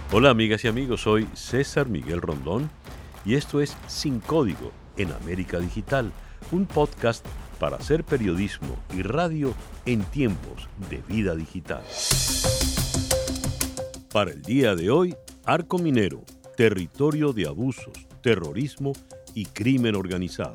Hola amigas y amigos, soy César Miguel Rondón y esto es Sin Código en América Digital, un podcast para hacer periodismo y radio en tiempos de vida digital. Para el día de hoy, Arco Minero, territorio de abusos, terrorismo y crimen organizado.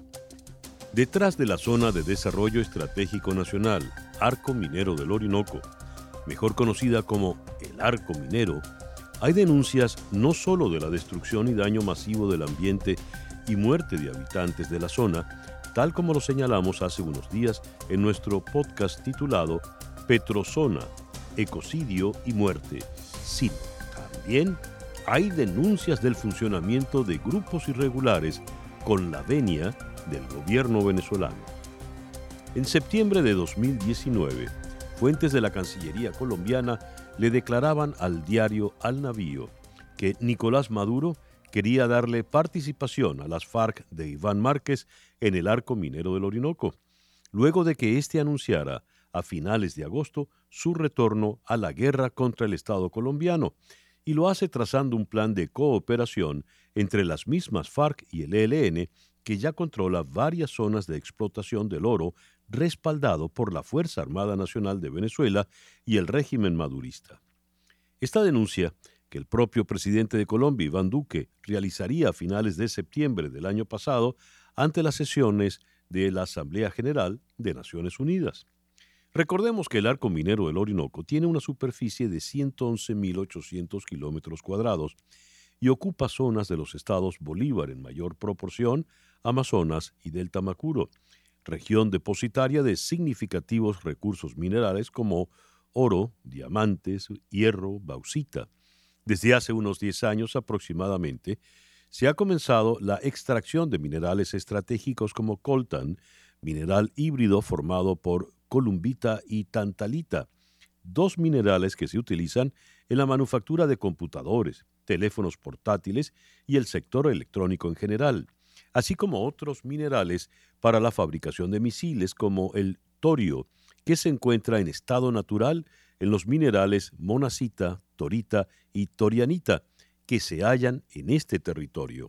Detrás de la Zona de Desarrollo Estratégico Nacional, Arco Minero del Orinoco, mejor conocida como el Arco Minero, hay denuncias no solo de la destrucción y daño masivo del ambiente y muerte de habitantes de la zona, tal como lo señalamos hace unos días en nuestro podcast titulado Petrozona, Ecocidio y Muerte, sino también hay denuncias del funcionamiento de grupos irregulares con la venia del gobierno venezolano. En septiembre de 2019, fuentes de la Cancillería colombiana le declaraban al diario Al Navío que Nicolás Maduro quería darle participación a las FARC de Iván Márquez en el Arco Minero del Orinoco, luego de que éste anunciara a finales de agosto su retorno a la guerra contra el Estado colombiano, y lo hace trazando un plan de cooperación entre las mismas FARC y el ELN, que ya controla varias zonas de explotación del oro respaldado por la Fuerza Armada Nacional de Venezuela y el régimen madurista. Esta denuncia, que el propio presidente de Colombia, Iván Duque, realizaría a finales de septiembre del año pasado ante las sesiones de la Asamblea General de Naciones Unidas. Recordemos que el Arco Minero del Orinoco tiene una superficie de 111.800 kilómetros cuadrados y ocupa zonas de los estados Bolívar en mayor proporción, Amazonas y Delta Macuro, región depositaria de significativos recursos minerales como oro, diamantes, hierro, bauxita. Desde hace unos 10 años aproximadamente, se ha comenzado la extracción de minerales estratégicos como coltan, mineral híbrido formado por columbita y tantalita, dos minerales que se utilizan en la manufactura de computadores, teléfonos portátiles y el sector electrónico en general, así como otros minerales para la fabricación de misiles como el torio, que se encuentra en estado natural en los minerales monacita, torita y torianita, que se hallan en este territorio.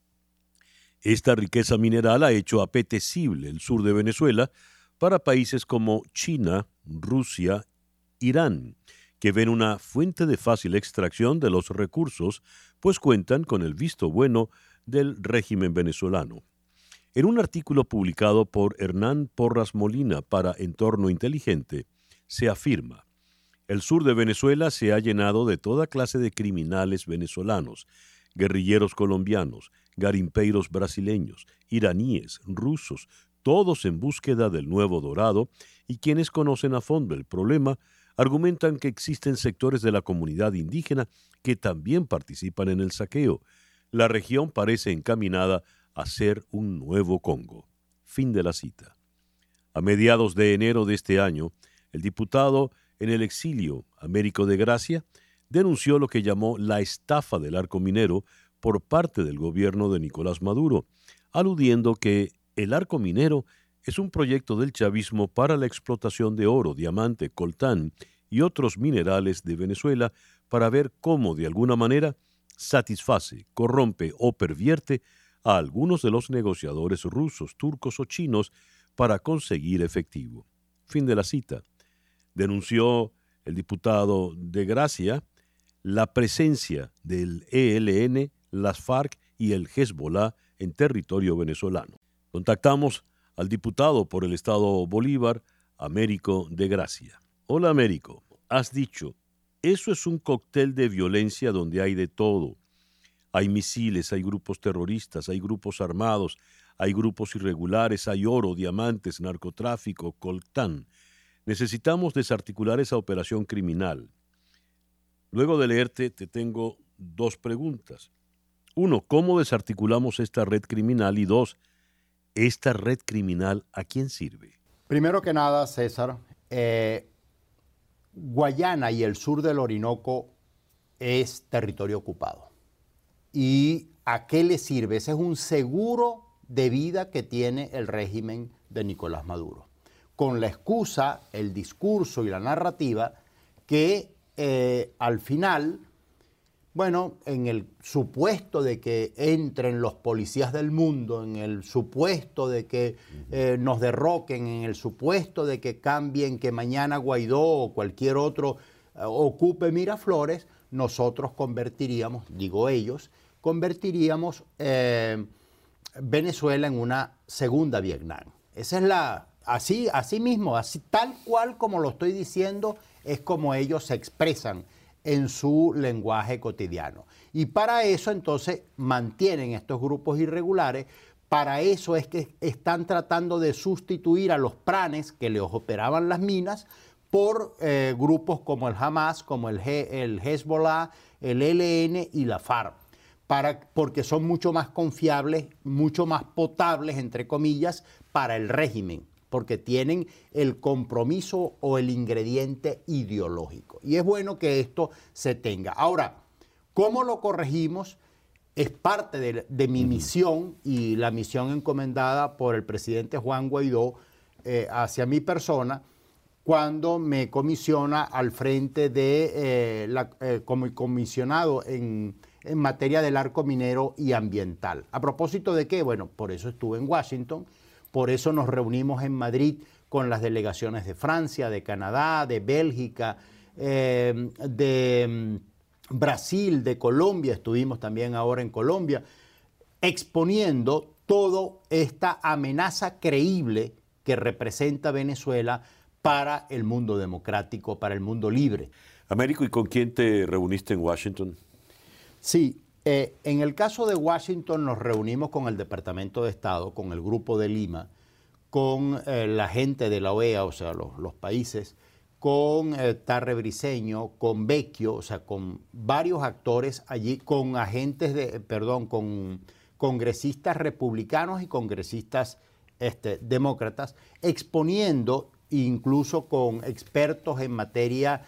Esta riqueza mineral ha hecho apetecible el sur de Venezuela para países como China, Rusia, Irán, que ven una fuente de fácil extracción de los recursos, pues cuentan con el visto bueno del régimen venezolano. En un artículo publicado por Hernán Porras Molina para Entorno Inteligente, se afirma: el sur de Venezuela se ha llenado de toda clase de criminales venezolanos, guerrilleros colombianos, garimpeiros brasileños, iraníes, rusos, todos en búsqueda del nuevo dorado, y quienes conocen a fondo el problema argumentan que existen sectores de la comunidad indígena que también participan en el saqueo. La región parece encaminada a ser un nuevo Congo. Fin de la cita. A mediados de enero de este año, el diputado en el exilio, Américo de Gracia, denunció lo que llamó la estafa del Arco Minero por parte del gobierno de Nicolás Maduro, aludiendo que el Arco Minero es un proyecto del chavismo para la explotación de oro, diamante, coltán y otros minerales de Venezuela para ver cómo, de alguna manera, satisface, corrompe o pervierte a algunos de los negociadores rusos, turcos o chinos para conseguir efectivo. Fin de la cita. Denunció el diputado de Gracia la presencia del ELN, las FARC y el Hezbollah en territorio venezolano. Contactamos al diputado por el estado Bolívar, Américo de Gracia. Hola Américo, has dicho, eso es un cóctel de violencia donde hay de todo. Hay misiles, hay grupos terroristas, hay grupos armados, hay grupos irregulares, hay oro, diamantes, narcotráfico, coltán. Necesitamos desarticular esa operación criminal. Luego de leerte, te tengo dos preguntas. Uno, ¿cómo desarticulamos esta red criminal? Y dos, ¿esta red criminal a quién sirve? Primero que nada, César, Guayana y el sur del Orinoco es territorio ocupado. ¿Y a qué le sirve? Ese es un seguro de vida que tiene el régimen de Nicolás Maduro, con la excusa, el discurso y la narrativa que al final Bueno, en el supuesto de que entren los policías del mundo, en el supuesto de que nos derroquen, en el supuesto de que cambien, que mañana Guaidó o cualquier otro ocupe Miraflores, nosotros convertiríamos, digo ellos, convertiríamos Venezuela en una segunda Vietnam. Esa es así mismo, así tal cual como lo estoy diciendo, es como ellos se expresan en su lenguaje cotidiano. Y para eso entonces mantienen estos grupos irregulares, para eso es que están tratando de sustituir a los pranes que les operaban las minas por grupos como el Hamas, como el Hezbollah, el ELN y la FARC, porque son mucho más confiables, mucho más potables, entre comillas, para el régimen, porque tienen el compromiso o el ingrediente ideológico. Y es bueno que esto se tenga. Ahora, ¿cómo lo corregimos? Es parte de mi misión y la misión encomendada por el presidente Juan Guaidó hacia mi persona, cuando me comisiona al frente de como comisionado en materia del arco minero y ambiental. ¿A propósito de qué? Bueno, por eso estuve en Washington. Por eso nos reunimos en Madrid con las delegaciones de Francia, de Canadá, de Bélgica, de Brasil, de Colombia. Estuvimos también ahora en Colombia, exponiendo toda esta amenaza creíble que representa Venezuela para el mundo democrático, para el mundo libre. Américo, ¿y con quién te reuniste en Washington? Sí. En el caso de Washington nos reunimos con el Departamento de Estado, con el Grupo de Lima, con la gente de la OEA, o sea, los países, con Tarre Briceño, con Vecchio, o sea, con varios actores allí, con con congresistas republicanos y congresistas demócratas, exponiendo, incluso con expertos en materia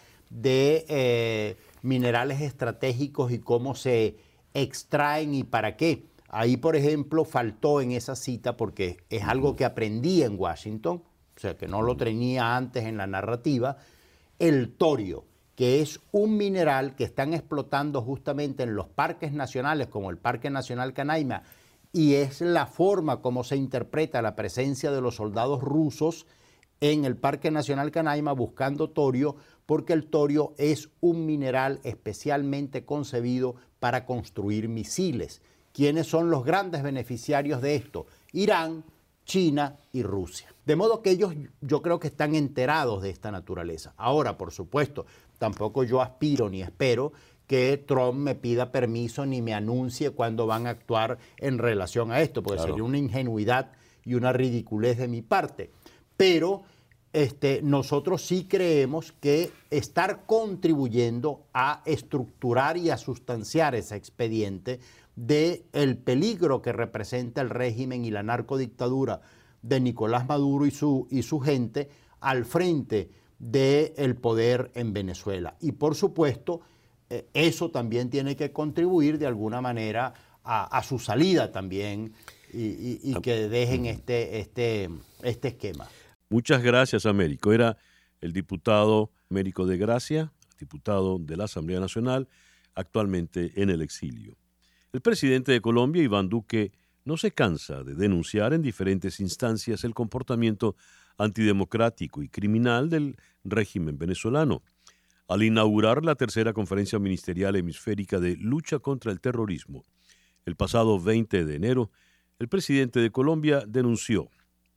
de minerales estratégicos y cómo se extraen y para qué. Ahí, por ejemplo, faltó en esa cita, porque es algo que aprendí en Washington, o sea, que no lo tenía antes en la narrativa, el torio, que es un mineral que están explotando justamente en los parques nacionales, como el Parque Nacional Canaima, y es la forma como se interpreta la presencia de los soldados rusos en el Parque Nacional Canaima buscando torio, porque el torio es un mineral especialmente concebido para construir misiles. ¿Quiénes son los grandes beneficiarios de esto? Irán, China y Rusia. De modo que ellos, yo creo que están enterados de esta naturaleza. Ahora, por supuesto, tampoco yo aspiro ni espero que Trump me pida permiso ni me anuncie cuándo van a actuar en relación a esto, porque claro, sería una ingenuidad y una ridiculez de mi parte. Pero nosotros sí creemos que estar contribuyendo a estructurar y a sustanciar ese expediente del peligro que representa el régimen y la narcodictadura de Nicolás Maduro y su gente al frente del poder en Venezuela. Y por supuesto, eso también tiene que contribuir de alguna manera a su salida también y que dejen este esquema. Muchas gracias, Américo. Era el diputado Américo de Gracia, diputado de la Asamblea Nacional, actualmente en el exilio. El presidente de Colombia, Iván Duque, no se cansa de denunciar en diferentes instancias el comportamiento antidemocrático y criminal del régimen venezolano. Al inaugurar la tercera conferencia ministerial hemisférica de lucha contra el terrorismo, el pasado 20 de enero, el presidente de Colombia denunció: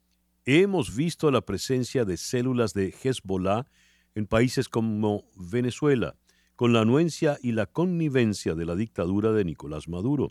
hemos visto la presencia de células de Hezbollah en países como Venezuela, con la anuencia y la connivencia de la dictadura de Nicolás Maduro.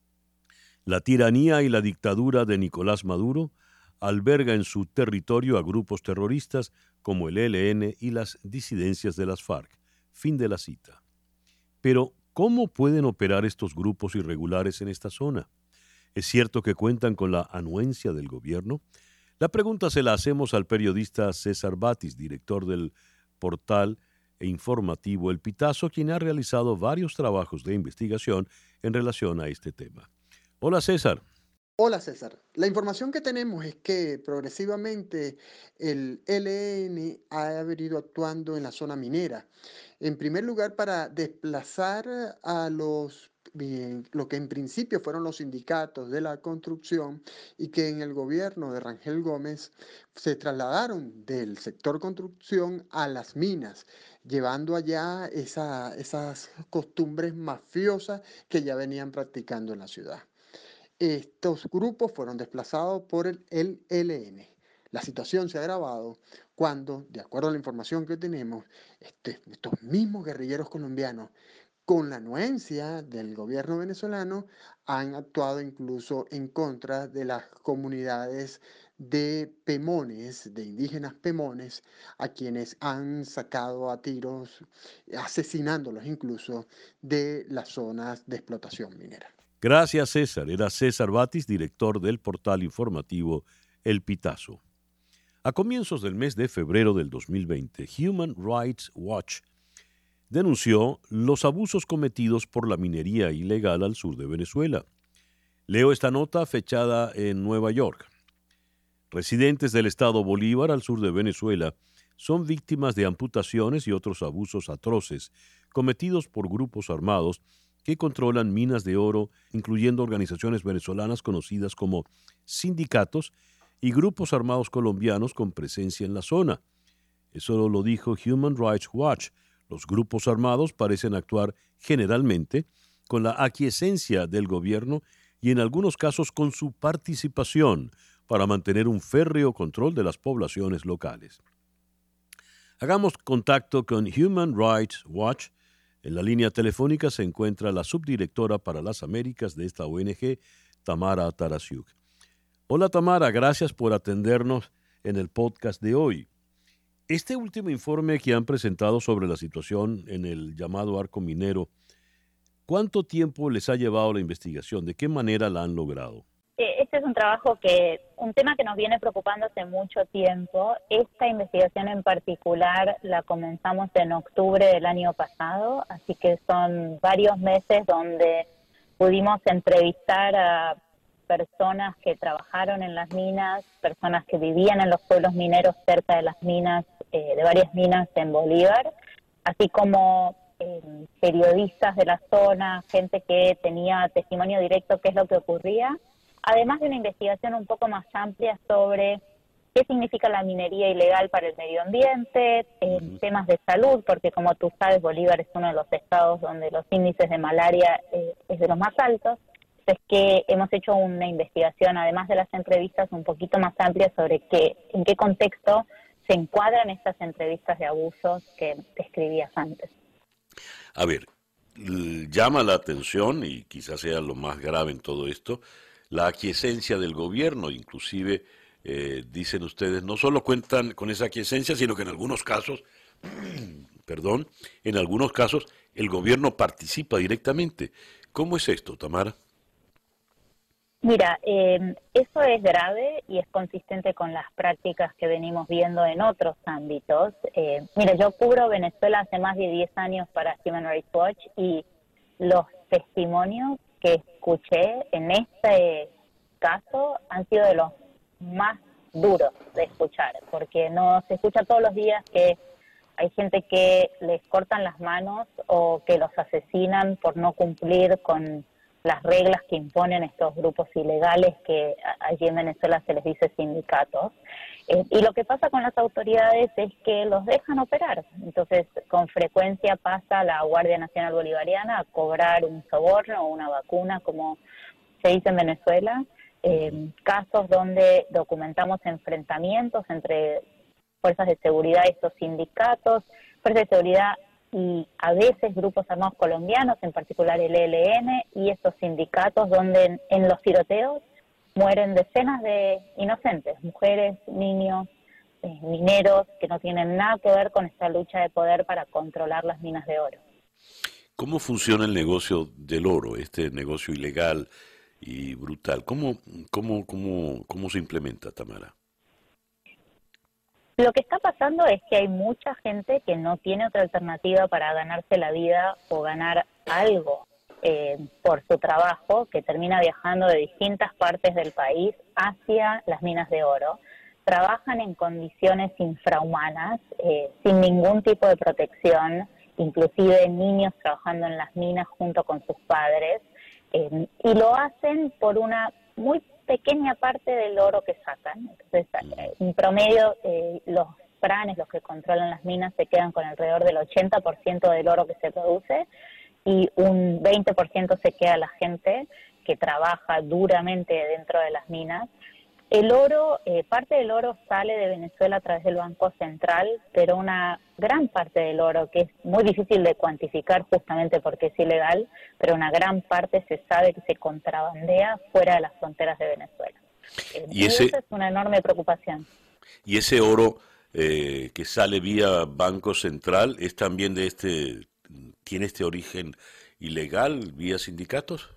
La tiranía y la dictadura de Nicolás Maduro alberga en su territorio a grupos terroristas como el ELN y las disidencias de las FARC. Fin de la cita. Pero, ¿cómo pueden operar estos grupos irregulares en esta zona? ¿Es cierto que cuentan con la anuencia del gobierno? La pregunta se la hacemos al periodista César Batis, director del portal e informativo El Pitazo, quien ha realizado varios trabajos de investigación en relación a este tema. Hola, César. Hola César, la información que tenemos es que progresivamente el ELN ha venido actuando en la zona minera. En primer lugar, para desplazar a lo que en principio fueron los sindicatos de la construcción y que en el gobierno de Rangel Gómez se trasladaron del sector construcción a las minas, llevando allá esas costumbres mafiosas que ya venían practicando en la ciudad. Estos grupos fueron desplazados por el ELN. La situación se ha agravado cuando, de acuerdo a la información que tenemos, estos mismos guerrilleros colombianos, con la anuencia del gobierno venezolano, han actuado incluso en contra de las comunidades de pemones, de indígenas pemones, a quienes han sacado a tiros, asesinándolos incluso de las zonas de explotación minera. Gracias, César. Era César Batis, director del portal informativo El Pitazo. A comienzos del mes de febrero del 2020, Human Rights Watch denunció los abusos cometidos por la minería ilegal al sur de Venezuela. Leo esta nota fechada en Nueva York. Residentes del estado Bolívar al sur de Venezuela son víctimas de amputaciones y otros abusos atroces cometidos por grupos armados que controlan minas de oro, incluyendo organizaciones venezolanas conocidas como sindicatos y grupos armados colombianos con presencia en la zona. Eso lo dijo Human Rights Watch. Los grupos armados parecen actuar generalmente con la aquiescencia del gobierno y en algunos casos con su participación para mantener un férreo control de las poblaciones locales. Hagamos contacto con Human Rights Watch. En la línea telefónica se encuentra la subdirectora para las Américas de esta ONG, Tamara Tarasiuk. Hola Tamara, gracias por atendernos en el podcast de hoy. Este último informe que han presentado sobre la situación en el llamado arco minero, ¿cuánto tiempo les ha llevado la investigación? ¿De qué manera la han logrado? Este es un tema que nos viene preocupando hace mucho tiempo. Esta investigación en particular la comenzamos en octubre del año pasado, así que son varios meses donde pudimos entrevistar a personas que trabajaron en las minas, personas que vivían en los pueblos mineros cerca de las minas, de varias minas en Bolívar, así como periodistas de la zona, gente que tenía testimonio directo qué es lo que ocurría, además de una investigación un poco más amplia sobre qué significa la minería ilegal para el medio ambiente, temas de salud, porque como tú sabes, Bolívar es uno de los estados donde los índices de malaria es de los más altos. Es que hemos hecho una investigación, además de las entrevistas, un poquito más amplia sobre en qué contexto se encuadran estas entrevistas de abusos que describías antes. A ver, llama la atención, y quizás sea lo más grave en todo esto, la aquiescencia del gobierno. Inclusive, dicen ustedes, no solo cuentan con esa aquiescencia, sino que en algunos casos, en algunos casos el gobierno participa directamente. ¿Cómo es esto, Tamara? Mira, eso es grave y es consistente con las prácticas que venimos viendo en otros ámbitos. Mira, yo cubro Venezuela hace más de 10 años para Human Rights Watch y los testimonios que escuché en este caso han sido de los más duros de escuchar, porque no se escucha todos los días que hay gente que les cortan las manos o que los asesinan por no cumplir con las reglas que imponen estos grupos ilegales que allí en Venezuela se les dice sindicatos. Y lo que pasa con las autoridades es que los dejan operar. Entonces, con frecuencia pasa la Guardia Nacional Bolivariana a cobrar un soborno o una vacuna, como se dice en Venezuela. Casos donde documentamos enfrentamientos entre fuerzas de seguridad y estos sindicatos, fuerzas de seguridad y a veces grupos armados colombianos, en particular el ELN, y estos sindicatos donde en los tiroteos mueren decenas de inocentes, mujeres, niños, mineros, que no tienen nada que ver con esta lucha de poder para controlar las minas de oro. ¿Cómo funciona el negocio del oro, este negocio ilegal y brutal? ¿Cómo se implementa, Tamara? Lo que está pasando es que hay mucha gente que no tiene otra alternativa para ganarse la vida o ganar algo por su trabajo, que termina viajando de distintas partes del país hacia las minas de oro. Trabajan en condiciones infrahumanas, sin ningún tipo de protección, inclusive niños trabajando en las minas junto con sus padres, y lo hacen por una muy pequeña parte del oro que sacan. Entonces, en promedio, los pranes, los que controlan las minas, se quedan con alrededor del 80% del oro que se produce, y un 20% se queda la gente que trabaja duramente dentro de las minas. El oro, parte del oro sale de Venezuela a través del Banco Central, pero una gran parte del oro, que es muy difícil de cuantificar justamente porque es ilegal, pero una gran parte se sabe que se contrabandea fuera de las fronteras de Venezuela. Y esa es una enorme preocupación. ¿Y ese oro que sale vía Banco Central es también tiene este origen ilegal vía sindicatos?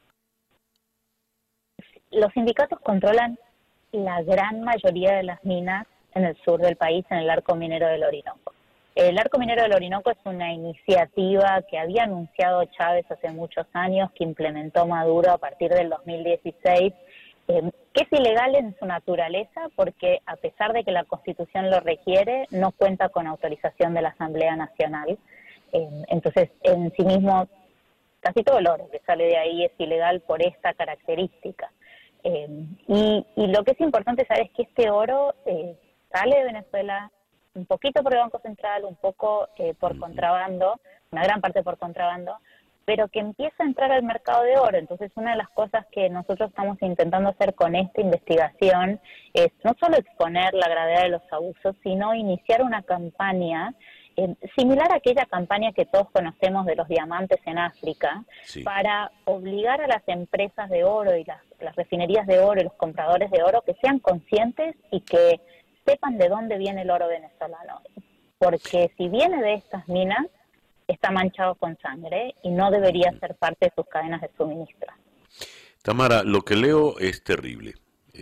Los sindicatos controlan la gran mayoría de las minas en el sur del país, en el Arco Minero del Orinoco. El Arco Minero del Orinoco es una iniciativa que había anunciado Chávez hace muchos años, que implementó Maduro a partir del 2016, que es ilegal en su naturaleza porque, a pesar de que la Constitución lo requiere, no cuenta con autorización de la Asamblea Nacional. Entonces, en sí mismo, casi todo el oro que sale de ahí es ilegal por esta característica. Y lo que es importante saber es que este oro sale de Venezuela un poquito por el Banco Central, un poco por contrabando, una gran parte por contrabando, pero que empieza a entrar al mercado de oro. Entonces, una de las cosas que nosotros estamos intentando hacer con esta investigación es no solo exponer la gravedad de los abusos, sino iniciar una campaña similar a aquella campaña que todos conocemos de los diamantes en África, sí, para obligar a las empresas de oro y las refinerías de oro y los compradores de oro que sean conscientes y que sepan de dónde viene el oro venezolano. Porque si viene de estas minas, está manchado con sangre y no debería ser parte de sus cadenas de suministro. Tamara, lo que leo es terrible.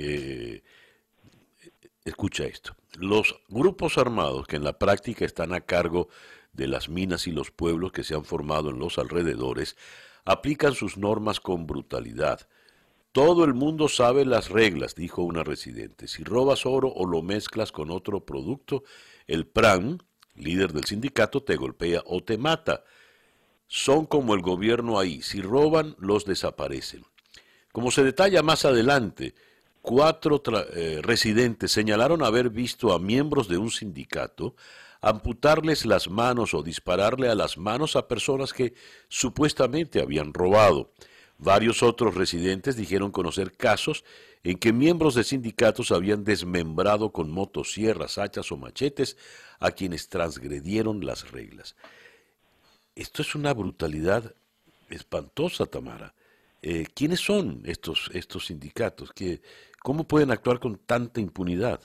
Escucha esto. Los grupos armados que en la práctica están a cargo de las minas y los pueblos que se han formado en los alrededores aplican sus normas con brutalidad. Todo el mundo sabe las reglas, dijo una residente. Si robas oro o lo mezclas con otro producto, el PRAN, líder del sindicato, te golpea o te mata. Son como el gobierno ahí. Si roban, los desaparecen. Como se detalla más adelante, 4 residentes señalaron haber visto a miembros de un sindicato amputarles las manos o dispararle a las manos a personas que supuestamente habían robado. Varios otros residentes dijeron conocer casos en que miembros de sindicatos habían desmembrado con motosierras, hachas o machetes a quienes transgredieron las reglas. Esto es una brutalidad espantosa, Tamara. ¿Quiénes son estos sindicatos? ¿Cómo pueden actuar con tanta impunidad?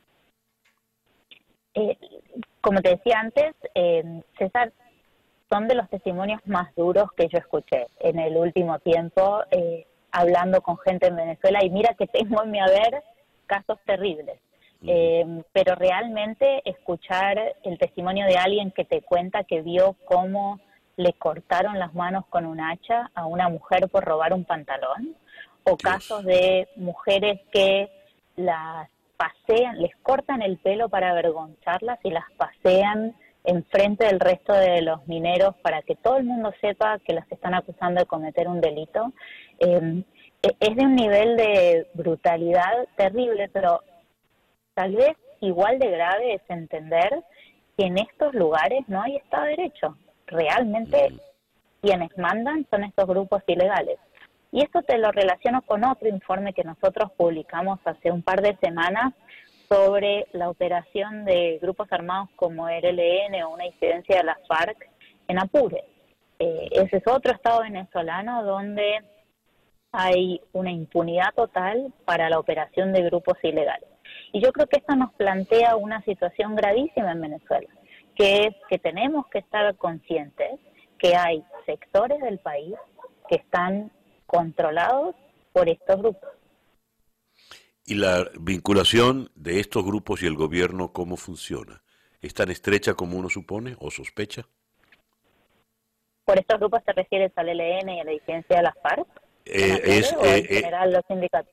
Como te decía antes, César, son de los testimonios más duros que yo escuché en el último tiempo, hablando con gente en Venezuela, y mira que tengo en mi haber casos terribles. Pero realmente escuchar el testimonio de alguien que te cuenta que vio cómo le cortaron las manos con un hacha a una mujer por robar un pantalón, o casos de mujeres que las pasean, les cortan el pelo para avergonzarlas y las pasean enfrente del resto de los mineros para que todo el mundo sepa que las están acusando de cometer un delito. Es de un nivel de brutalidad terrible, pero tal vez igual de grave es entender que en estos lugares no hay Estado de Derecho. Realmente quienes mandan son estos grupos ilegales. Y esto te lo relaciono con otro informe que nosotros publicamos hace un par de semanas sobre la operación de grupos armados como el ELN o una incidencia de las FARC en Apure. Ese es otro estado venezolano donde hay una impunidad total para la operación de grupos ilegales. Y yo creo que esto nos plantea una situación gravísima en Venezuela, que es que tenemos que estar conscientes que hay sectores del país que están controlados por estos grupos. ¿Y la vinculación de estos grupos y el gobierno cómo funciona? ¿Es tan estrecha como uno supone o sospecha? ¿Por estos grupos te refieres al ELN y a la disidencia de las FARC? ¿O en general los sindicatos?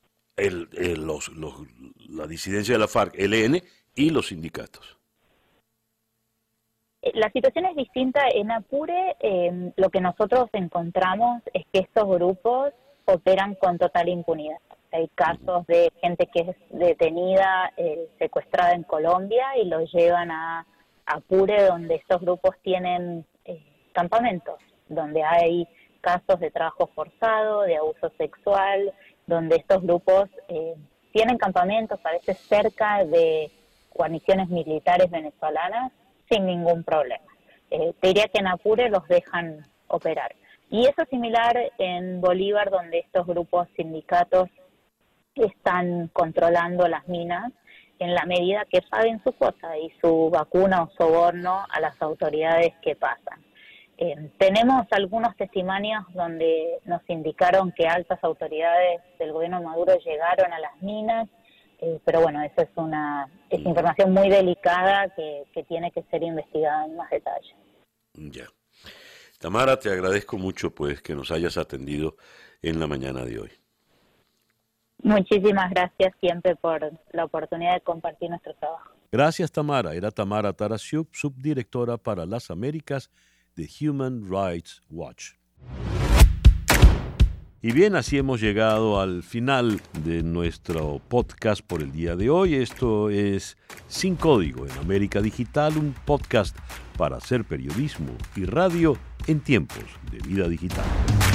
La disidencia de la FARC, ELN y los sindicatos. La situación es distinta. En Apure lo que nosotros encontramos es que estos grupos operan con total impunidad. Hay casos de gente que es detenida, secuestrada en Colombia y los llevan a Apure, donde estos grupos tienen campamentos, donde hay casos de trabajo forzado, de abuso sexual, donde estos grupos tienen campamentos a veces cerca de guarniciones militares venezolanas sin ningún problema. Te diría que en Apure los dejan operar. Y eso es similar en Bolívar, donde estos grupos sindicatos están controlando las minas en la medida que paguen su cuota y su vacuna o soborno a las autoridades que pasan. Tenemos algunos testimonios donde nos indicaron que altas autoridades del gobierno Maduro llegaron a las minas, pero bueno, eso es información muy delicada que tiene que ser investigada en más detalle. Ya. Tamara, te agradezco mucho pues que nos hayas atendido en la mañana de hoy. Muchísimas gracias siempre por la oportunidad de compartir nuestro trabajo. Gracias, Tamara. Era Tamara Tarasiuk, subdirectora para las Américas de Human Rights Watch. Y bien, así hemos llegado al final de nuestro podcast por el día de hoy. Esto es Sin Código en América Digital, un podcast para hacer periodismo y radio en tiempos de vida digital.